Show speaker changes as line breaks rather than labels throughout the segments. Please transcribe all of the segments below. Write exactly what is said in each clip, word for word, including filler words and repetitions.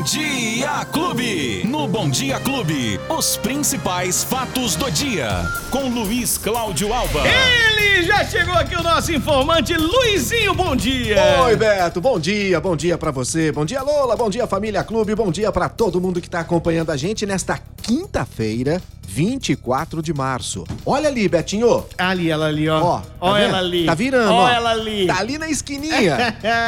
Dia Clube. No Bom Dia Clube, os principais fatos do dia. Com Luiz Cláudio Alba.
Ele já chegou aqui, o nosso informante Luizinho, bom dia.
Oi, Beto, bom dia, bom dia pra você, bom dia, Lola, bom dia, Família Clube, bom dia pra todo mundo que tá acompanhando a gente nesta quinta-feira, vinte e quatro de março. Olha ali, Betinho.
Ali, ela ali, ó.
Ó, tá
ó
vendo?
ela ali.
Tá virando,
ó.
ó.
ela ali.
Tá ali na esquininha.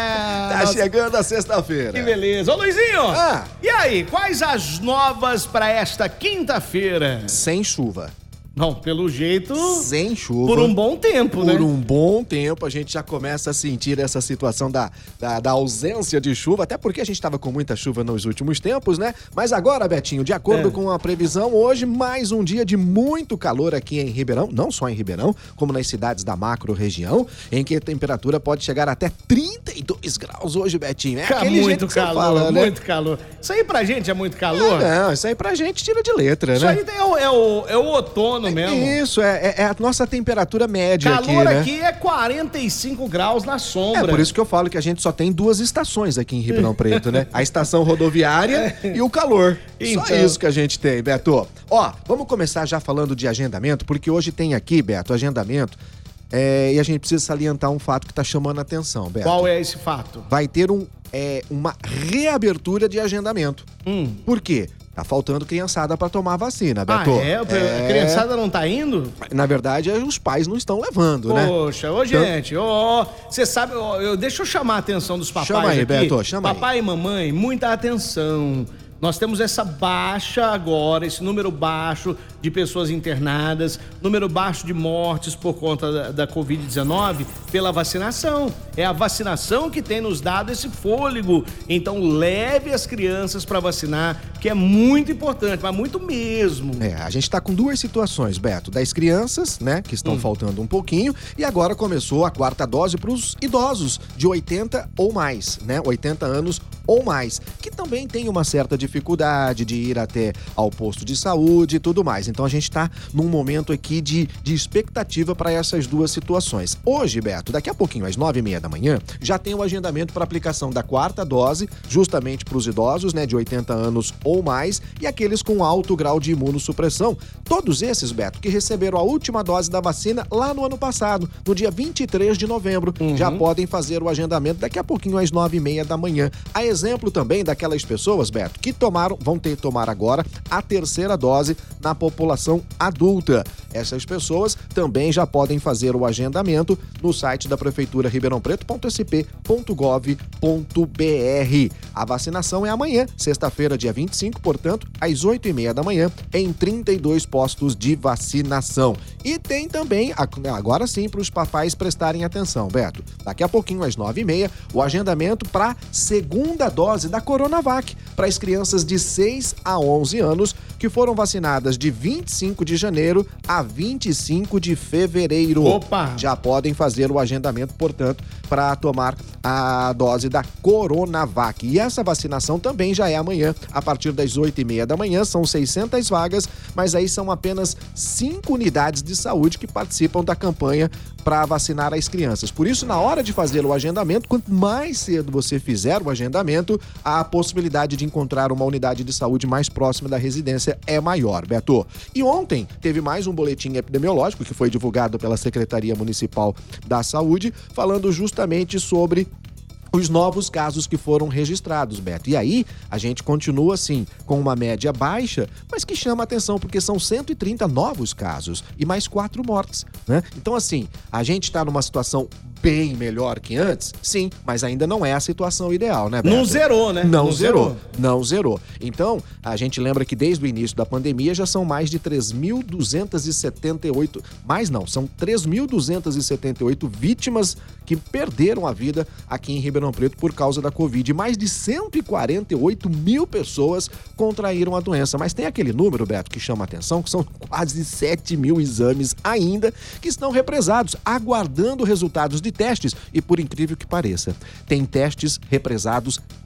Tá
Nossa,
chegando a sexta-feira.
que beleza. Ô, Luizinho,
Ah.
e aí, quais as novas pra esta quinta-feira?
Sem chuva.
Não, pelo jeito,
Sem chuva.
por um bom tempo,
Por
né?
um bom tempo, a gente já começa a sentir essa situação da, da, da ausência de chuva, até porque a gente estava com muita chuva nos últimos tempos, né? Mas agora, Betinho, de acordo
É.
com a previsão, hoje mais um dia de muito calor aqui em Ribeirão, não só em Ribeirão, como nas cidades da macro-região, em que a temperatura pode chegar até trinta e dois graus hoje, Betinho. É
Ca-
aquele jeito
muito
que você
calor,
fala, né?
muito calor. Isso aí pra gente é muito calor?
Ah, não, isso aí pra gente tira de letra,
Isso
né?
aí é o, é o, é o outono mesmo.
Isso, é, é- é a nossa temperatura média
Calor
aqui, né?
aqui é quarenta e cinco graus na sombra.
É por isso que eu falo que a gente só tem duas estações aqui em Ribeirão Preto, né? A estação rodoviária e o calor.
Então.
Só isso que a gente tem, Beto. Ó, vamos começar já falando de agendamento, porque hoje tem aqui, Beto, agendamento, é, e a gente precisa salientar um fato que tá chamando a atenção, Beto.
Qual é esse fato?
Vai ter um, é, uma reabertura de agendamento.
Hum.
Por quê? Tá faltando criançada pra tomar vacina,
Ah,
Beto.
é? A criançada não tá indo?
Na verdade, os pais não estão levando, né?
Poxa, ô
Então-
gente, ô, você sabe, ó, eu, deixa eu chamar a atenção dos papais
Chama aí,
aqui.
Beto, chama aí.
Papai e mamãe, muita atenção. Nós temos essa baixa agora, esse número baixo de pessoas internadas, número baixo de mortes por conta da, da covid dezenove pela vacinação. É a vacinação que tem nos dado esse fôlego. Então leve as crianças para vacinar, que é muito importante, mas muito mesmo.
É, a gente tá com duas situações, Beto. Das crianças, né, que estão faltando um pouquinho, e agora começou a quarta dose pros idosos de oitenta ou mais, né, oitenta anos ou mais, que também tem uma certa dificuldade de ir até ao posto de saúde e tudo mais. Então a gente tá num momento aqui de, de expectativa para essas duas situações. Hoje, Beto, daqui a pouquinho, às nove e meia da manhã, já tem o agendamento para aplicação da quarta dose, justamente para os idosos, né, de oitenta anos ou mais, e aqueles com alto grau de imunossupressão. Todos esses, Beto, que receberam a última dose da vacina lá no ano passado, no dia vinte e três de novembro,
Uhum.
já podem fazer o agendamento daqui a pouquinho, às nove e meia da manhã. A exemplo também daquelas pessoas, Beto, que tomaram, vão ter que tomar agora a terceira dose na população adulta. Essas pessoas também já podem fazer o agendamento no site da Prefeitura ribeirão preto ponto s p ponto gov ponto b r. A vacinação é amanhã, sexta-feira, dia vinte e cinco, portanto, às oito e meia da manhã, em trinta e dois postos de vacinação. E tem também, agora sim, para os papais prestarem atenção, Beto. Daqui a pouquinho, às nove e meia, o agendamento para segunda dose da Coronavac para as crianças de seis a onze anos que foram vacinadas de vinte e cinco de janeiro a vinte e cinco de fevereiro.
Opa!
Já podem fazer o agendamento, portanto, para tomar a dose da Coronavac. E essa vacinação também já é amanhã, a partir das oito e meia da manhã. São seiscentas vagas, mas aí são apenas cinco unidades de saúde que participam da campanha para vacinar as crianças. Por isso, na hora de fazer o agendamento, quanto mais cedo você fizer o agendamento, a possibilidade de encontrar uma unidade de saúde mais próxima da residência é maior, Beto. E ontem teve mais um boletim epidemiológico que foi divulgado pela Secretaria Municipal da Saúde, falando justamente sobre os novos casos que foram registrados, Beto. E aí, a gente continua, assim, com uma média baixa, mas que chama atenção, porque são cento e trinta novos casos e mais quatro mortes, né? Então, assim, a gente tá numa situação bem melhor que antes, sim, mas ainda não é a situação ideal, né, Beto?
Não zerou, né?
Não,
Não
zerou,
zerou.
não zerou. Então, a gente lembra que desde o início da pandemia já são mais de três mil duzentos e setenta e oito, mais não, são três mil duzentos e setenta e oito vítimas que perderam a vida aqui em Ribeirão Preto por causa da Covid. Mais de cento e quarenta e oito mil pessoas contraíram a doença. Mas tem aquele número, Beto, que chama a atenção, que são quase sete mil exames ainda que estão represados, aguardando resultados de testes. E por incrível que pareça, tem testes represados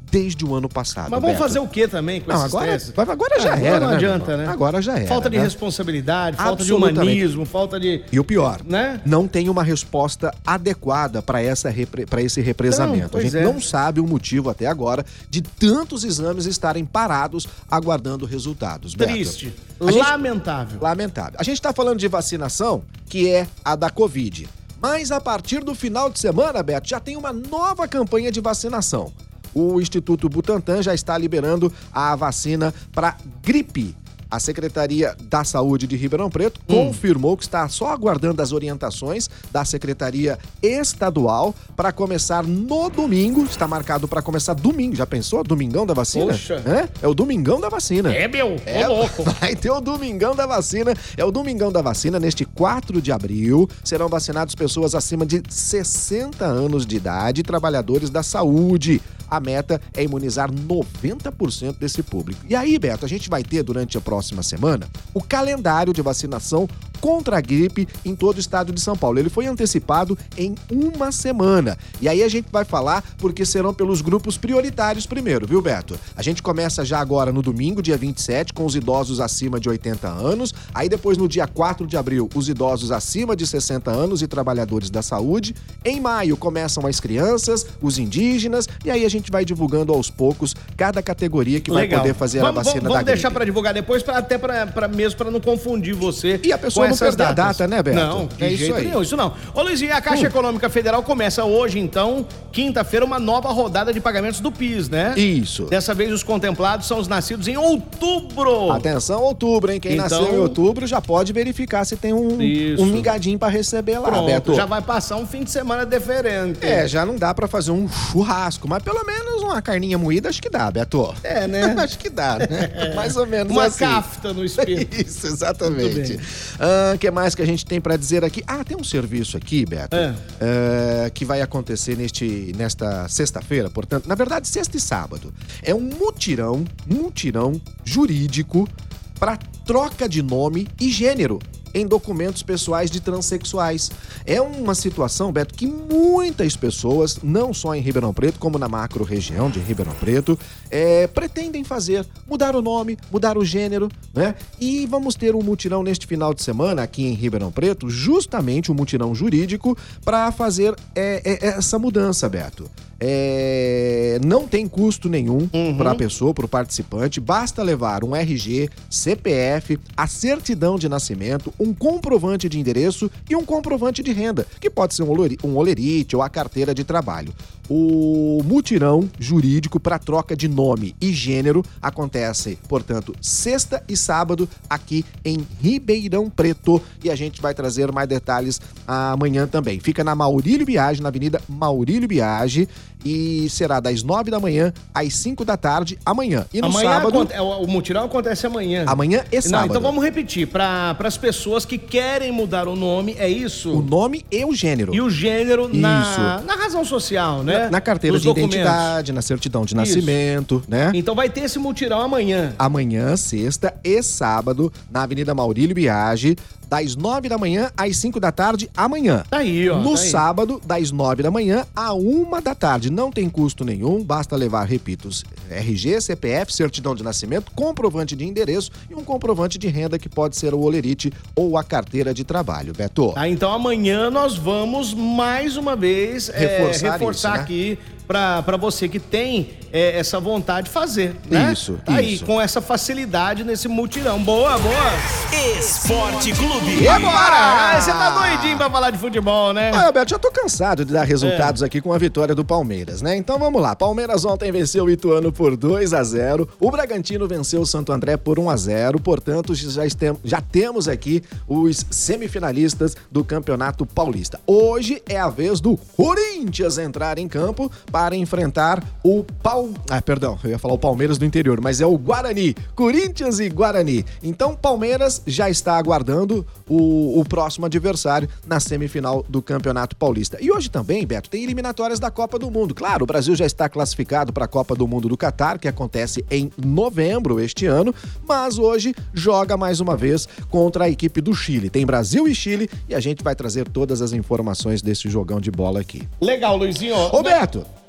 desde o ano passado.
Mas vamos
Beto.
fazer o que também com
Não,
esses
agora,
testes?
agora já
Ah,
era,
não
né,
adianta,
né?
né?
Agora já era.
Falta de
né?
responsabilidade, falta de
Absolutamente.
humanismo, falta de...
E o pior,
né?
não tem uma resposta adequada para essa repre... para esse represamento.
Não,
a
pois
gente
é.
não sabe o motivo até agora de tantos exames estarem parados aguardando resultados. Beto.
Triste,
A gente-
lamentável.
Lamentável. A gente está falando de vacinação, que é a da Covid. Mas a partir do final de semana, Beto, já tem uma nova campanha de vacinação. O Instituto Butantan já está liberando a vacina para gripe. A Secretaria da Saúde de Ribeirão Preto
Hum.
confirmou que está só aguardando as orientações da Secretaria Estadual para começar no domingo. Está marcado para começar domingo. Já pensou? Domingão da vacina?
Poxa.
É, é o domingão da vacina.
É, meu,
É,
ô louco.
vai ter o Domingão da Vacina. É o Domingão da Vacina, neste quatro de abril. Serão vacinados pessoas acima de sessenta anos de idade e trabalhadores da saúde. A meta é imunizar noventa por cento desse público. E aí, Beto, a gente vai ter durante a próxima semana o calendário de vacinação contra a gripe em todo o estado de São Paulo. Ele foi antecipado em uma semana. E aí a gente vai falar porque serão pelos grupos prioritários primeiro, viu, Beto? A gente começa já agora no domingo, dia vinte e sete, com os idosos acima de oitenta anos. Aí depois, no dia quatro de abril, os idosos acima de sessenta anos e trabalhadores da saúde. Em maio, começam as crianças, os indígenas, e aí a gente vai divulgando aos poucos cada categoria que
Legal.
vai poder fazer
vamos,
a vacina
vamos,
da
vamos deixar
gripe.
para divulgar depois, pra, até para mesmo para não confundir você.
E a pessoa
com
não
essas
perder a
datas.
data, né, Beto?
Não, de
É isso
jeito
aí.
nenhum, isso não. Ô Luizinho, a Caixa
Hum.
Econômica Federal começa hoje, então, quinta-feira, uma nova rodada de pagamentos do P I S, né?
Isso.
Dessa vez os contemplados são os nascidos em outubro.
Atenção, outubro, hein? Quem
Então-
nasceu em outubro já pode verificar se tem um,
Isso.
um mingadinho pra receber lá,
Pronto,
Beto.
já vai passar um fim de semana diferente.
É, já não dá pra fazer um churrasco, mas pelo menos uma carninha moída acho que dá, Beto.
É, né?
Acho que dá, né? Mais ou menos
Uma
assim.
cafta no espírito.
Isso,
Muito
exatamente.
bem.
O que mais que a gente tem pra dizer aqui? Ah, tem um serviço aqui, Beto,
É.
é, que vai acontecer neste, nesta sexta-feira, portanto, na verdade, sexta e sábado. É um mutirão, mutirão jurídico para troca de nome e gênero em documentos pessoais de transexuais. É uma situação, Beto, que muitas pessoas, não só em Ribeirão Preto, como na macro-região de Ribeirão Preto, é, pretendem fazer, mudar o nome, mudar o gênero, né? E vamos ter um mutirão neste final de semana aqui em Ribeirão Preto, justamente um mutirão jurídico para fazer é, é, essa mudança, Beto. É, não tem custo nenhum
Uhum.
para a pessoa, para o participante, basta levar um R G, C P F, a certidão de nascimento, um comprovante de endereço e um comprovante de renda, que pode ser um olori- um olerite ou a carteira de trabalho. O mutirão jurídico para troca de nome e gênero acontece, portanto, sexta e sábado aqui em Ribeirão Preto. E a gente vai trazer mais detalhes amanhã também. Fica na Maurílio Biagi, na Avenida Maurílio Biagi, e será das nove da manhã às cinco da tarde amanhã. E no
amanhã
sábado,
aconte- o, o mutirão acontece amanhã.
amanhã e
Não,
sábado.
então vamos repetir. Para as pessoas que querem mudar o nome, é isso?
O nome e o gênero.
E o gênero na,
Isso.
na razão social, né?
Na, na carteira
Nos
de
documentos.
identidade, na certidão de nascimento, né?
Então vai ter esse mutirão amanhã.
Amanhã, sexta e sábado, na Avenida Maurílio Biagi, das nove da manhã às cinco da tarde, amanhã.
Tá aí, ó.
No
tá aí.
sábado, das nove da manhã à uma da tarde. Não tem custo nenhum, basta levar, repito, R G, C P F, certidão de nascimento, comprovante de endereço e um comprovante de renda que pode ser o olerite ou a carteira de trabalho, Beto.
Tá, então amanhã nós vamos mais uma vez é,
Reforçar
reforçar
isso, né?
aqui para você que tem é, essa vontade de fazer, né?
Isso,
tá aí,
isso.
com essa facilidade nesse mutirão. Boa, boa!
Esporte Clube.
E agora? Ah, você tá doidinho pra falar de futebol, né?
Ah, Beto, já tô cansado de dar resultados aqui com a vitória do Palmeiras, né? Então vamos lá. Palmeiras ontem venceu o Ituano por dois a zero. O Bragantino venceu o Santo André por um a zero. Portanto, já, estem, já temos aqui os semifinalistas do Campeonato Paulista. Hoje é a vez do Corinthians entrar em campo para enfrentar o Pal... Ah, perdão, eu ia falar o Palmeiras do interior, mas é o Guarani. Corinthians e Guarani. Então, Palmeiras já está aguardando o, o próximo adversário na semifinal do Campeonato Paulista. E hoje também, Beto, tem eliminatórias da Copa do Mundo. Claro, o Brasil já está classificado para a Copa do Mundo do Catar, que acontece em novembro este ano, mas hoje joga mais uma vez contra a equipe do Chile. Tem Brasil e Chile e a gente vai trazer todas as informações desse jogão de bola aqui.
Legal, Luizinho.
Ô, Beto,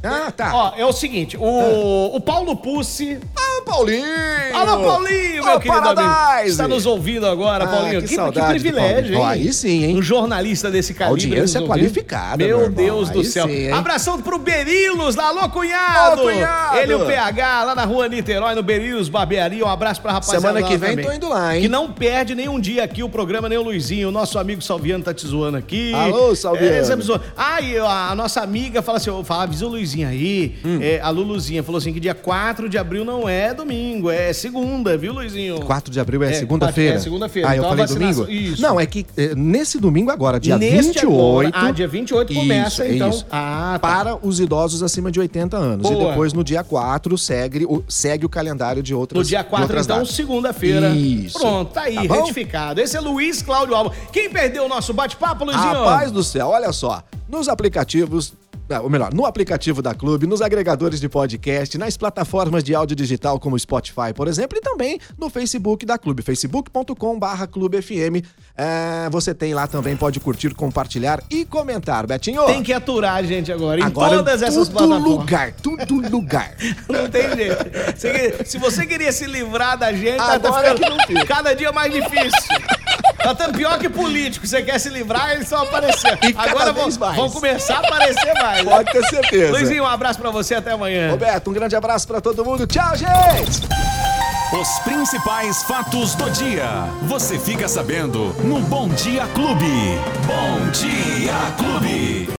Ah, tá.
Ó, é o seguinte, o, o Paulo Pucci...
Ah, Paulinho!
Alô, Paulinho, meu
oh,
querido amigo.
Paradise.
Está nos ouvindo agora,
Ah,
Paulinho.
que
Que, que
saudade do
privilégio,
Paulinho.
hein?
Ó, aí sim, hein?
Um jornalista desse calibre.
Audiência
nos ouvindo.
qualificada,
Meu,
meu irmão.
Deus do
Aí
céu.
sim, hein?
Abração pro Berilos, lá, alô, cunhado.
Alô, cunhado.
Ele e o P H, lá na rua Niterói, no Berilos Barbearia. Um abraço pra rapaziada.
Semana que
lá
vem
também.
tô indo lá, hein?
Que não perde nenhum dia aqui o programa, nem o Luizinho. O nosso amigo Salviano tá te zoando aqui.
Alô, Salviano.
É, sempre zoando. Ah, e a, a nossa amiga fala assim, eu falo, avisa o Luizinho aí.
Hum.
É, a Luluzinha falou assim que dia quatro de abril não é domingo, é segunda, viu, Luizinho?
quatro de abril é,
É,
segunda-feira.
é segunda-feira.
Ah, eu
Então a
falei
vacinação-
domingo?
Isso.
Não, é que é, nesse domingo agora, dia
Neste
vinte e oito...
agora- ah, dia vinte e oito começa,
Isso,
então.
Isso.
Ah, tá.
Para os idosos acima de oitenta anos.
Boa.
E depois, no dia quatro, segue o, segue o calendário de outras
No dia
de
quatro,
outras
então,
datas.
segunda-feira.
Isso.
Pronto, tá aí,
Tá bom?
retificado. Esse é Luiz Cláudio Alves. Quem perdeu o nosso bate-papo, Luizinho?
Rapaz do céu, olha só. Nos aplicativos, ou melhor, no aplicativo da Clube, nos agregadores de podcast, nas plataformas de áudio digital como Spotify, por exemplo, e também no Facebook da Clube, facebook ponto com barra Clube F M. É, você tem lá também, pode curtir, compartilhar e comentar. Betinho?
Tem que aturar a gente agora, em
agora
todas
em
essas
tudo
plataformas.
lugar, tudo lugar.
Não tem jeito. Você- se você queria se livrar da gente, tá- tá
Agora
ficando
que não fica.
cada dia mais difícil. Tá tão pior que político. Você quer se livrar, eles estão aparecendo.
E cada
Agora vão,
vez mais.
vão começar a aparecer mais.
Pode ter certeza.
Luizinho, um abraço pra você, até amanhã.
Roberto, um grande abraço pra todo mundo. Tchau, gente!
Os principais fatos do dia. Você fica sabendo no Bom Dia Clube. Bom Dia Clube.